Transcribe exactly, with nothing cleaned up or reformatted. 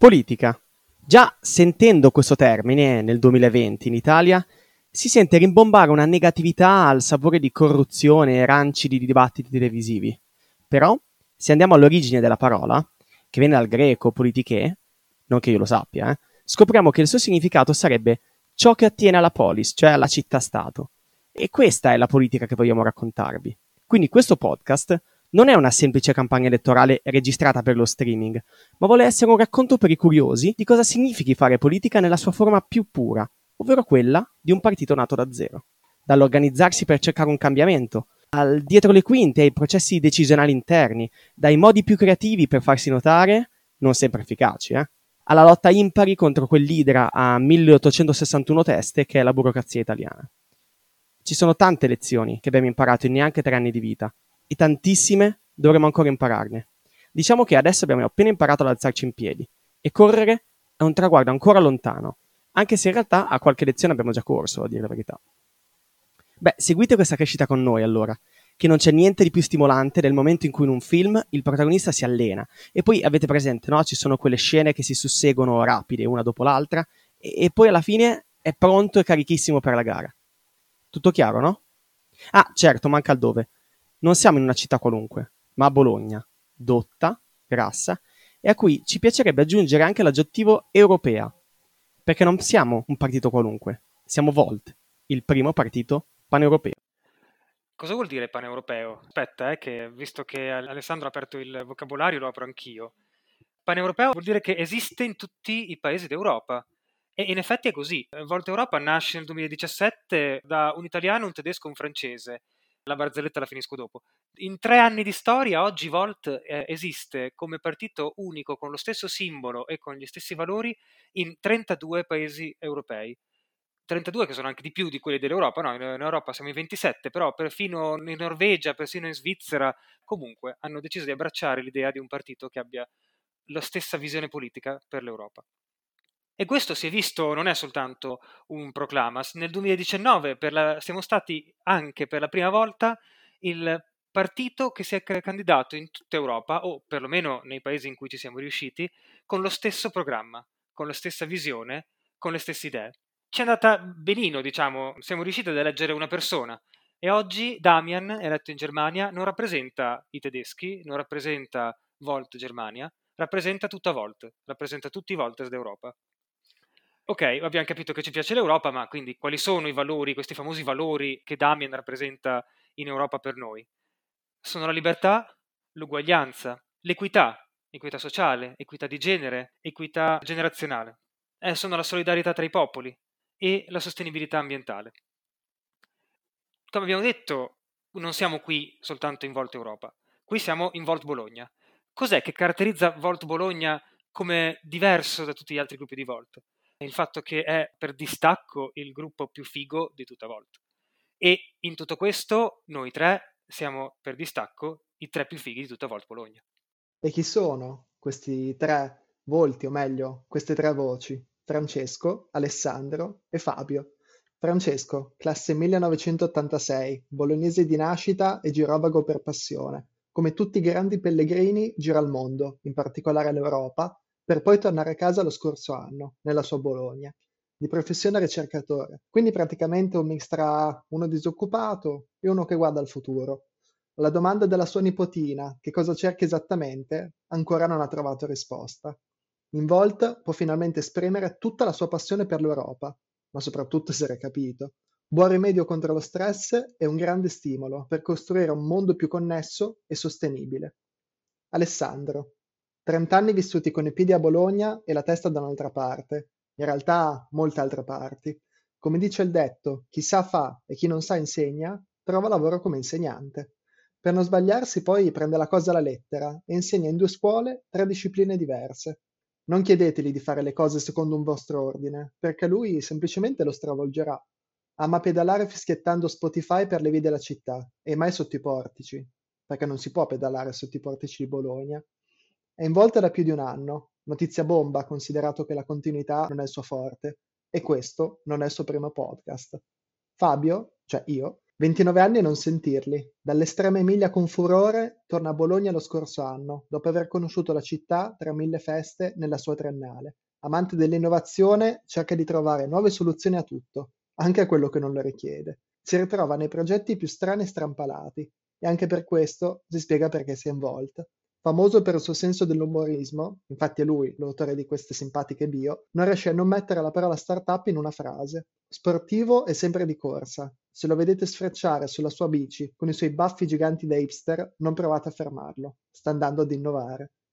Politica. Già sentendo questo termine nel duemilaventi in Italia si sente rimbombare una negatività al sapore di corruzione e rancidi di dibattiti televisivi. Però, se andiamo all'origine della parola, che viene dal greco politiché, non che io lo sappia, eh, scopriamo che il suo significato sarebbe ciò che attiene alla polis, cioè alla città-stato. E questa è la politica che vogliamo raccontarvi. Quindi questo podcast non è una semplice campagna elettorale registrata per lo streaming, ma vuole essere un racconto per i curiosi di cosa significhi fare politica nella sua forma più pura, ovvero quella di un partito nato da zero. Dall'organizzarsi per cercare un cambiamento, al dietro le quinte ai processi decisionali interni, dai modi più creativi per farsi notare, non sempre efficaci, eh, alla lotta impari contro quell'idra a milleottocentosessantuno teste che è la burocrazia italiana. Ci sono tante lezioni che abbiamo imparato in neanche tre anni di vita, e tantissime dovremo ancora impararne. Diciamo che adesso abbiamo appena imparato ad alzarci in piedi, e correre è un traguardo ancora lontano, anche se in realtà a qualche lezione abbiamo già corso, a dire la verità. Beh, seguite questa crescita con noi allora, che non c'è niente di più stimolante del momento in cui in un film il protagonista si allena, e poi avete presente, no? Ci sono quelle scene che si susseguono rapide una dopo l'altra, e, e poi alla fine è pronto e carichissimo per la gara. Tutto chiaro, no? Ah, certo, manca il dove. Non siamo in una città qualunque, ma a Bologna, dotta, grassa, e a cui ci piacerebbe aggiungere anche l'aggettivo europea, perché non siamo un partito qualunque, siamo Volt, il primo partito paneuropeo. Cosa vuol dire paneuropeo? Aspetta, eh, che visto che Alessandro ha aperto il vocabolario, lo apro anch'io. Paneuropeo vuol dire che esiste in tutti i paesi d'Europa. E in effetti è così. Volt Europa nasce nel duemiladiciassette da un italiano, un tedesco e un francese. La barzelletta la finisco dopo. In tre anni di storia, oggi Volt eh, esiste come partito unico, con lo stesso simbolo e con gli stessi valori, in trentadue paesi europei. trentadue che sono anche di più di quelli dell'Europa, no? In Europa siamo in ventisette, però perfino in Norvegia, persino in Svizzera, comunque hanno deciso di abbracciare l'idea di un partito che abbia la stessa visione politica per l'Europa. E questo si è visto, non è soltanto un proclamas. Nel duemiladiciannove per la, siamo stati anche per la prima volta il partito che si è candidato in tutta Europa, o perlomeno nei paesi in cui ci siamo riusciti, con lo stesso programma, con la stessa visione, con le stesse idee. Ci è andata benino, diciamo, siamo riusciti ad eleggere una persona. E oggi Damian, eletto in Germania, non rappresenta i tedeschi, non rappresenta Volt Germania, rappresenta tutta Volt, rappresenta tutti i Volters d'Europa. Ok, abbiamo capito che ci piace l'Europa, ma quindi quali sono i valori, questi famosi valori che Damian rappresenta in Europa per noi? Sono la libertà, l'uguaglianza, l'equità, equità sociale, equità di genere, equità generazionale. Eh, sono la solidarietà tra i popoli e la sostenibilità ambientale. Come abbiamo detto, non siamo qui soltanto in Volt Europa, qui siamo in Volt Bologna. Cos'è che caratterizza Volt Bologna come diverso da tutti gli altri gruppi di Volt? Il fatto che è per distacco il gruppo più figo di tutta Volt. E in tutto questo noi tre siamo per distacco i tre più fighi di tutta Volt Bologna. E chi sono questi tre volti, o meglio, queste tre voci? Francesco, Alessandro e Fabio. Francesco, classe millenovecentottantasei, bolognese di nascita e girovago per passione. Come tutti i grandi pellegrini, gira il mondo, in particolare l'Europa, per poi tornare a casa lo scorso anno, nella sua Bologna. Di professione ricercatore, quindi praticamente un mix tra uno disoccupato e uno che guarda al futuro. Alla domanda della sua nipotina, che cosa cerca esattamente, ancora non ha trovato risposta. In Volt può finalmente esprimere tutta la sua passione per l'Europa, ma soprattutto essere capito. Buon rimedio contro lo stress e un grande stimolo per costruire un mondo più connesso e sostenibile. Alessandro, trenta anni vissuti con i piedi a Bologna e la testa da un'altra parte, in realtà molte altre parti. Come dice il detto, chi sa fa e chi non sa insegna, trova lavoro come insegnante. Per non sbagliarsi poi prende la cosa alla lettera e insegna in due scuole tre discipline diverse. Non chiedetegli di fare le cose secondo un vostro ordine, perché lui semplicemente lo stravolgerà. Ama pedalare fischiettando Spotify per le vie della città e mai sotto i portici, perché non si può pedalare sotto i portici di Bologna. È in Volta da più di un anno, notizia bomba considerato che la continuità non è il suo forte, e questo non è il suo primo podcast. Fabio, cioè io, ventinove anni e non sentirli. Dall'estrema Emilia con furore, torna a Bologna lo scorso anno, dopo aver conosciuto la città tra mille feste nella sua triennale. Amante dell'innovazione, cerca di trovare nuove soluzioni a tutto, anche a quello che non lo richiede. Si ritrova nei progetti più strani e strampalati, e anche per questo si spiega perché si è in Volt. Famoso per il suo senso dell'umorismo, infatti è lui l'autore di queste simpatiche bio, non riesce a non mettere la parola startup in una frase. Sportivo e sempre di corsa. Se lo vedete sfrecciare sulla sua bici con i suoi baffi giganti da hipster, non provate a fermarlo. Sta andando ad innovare.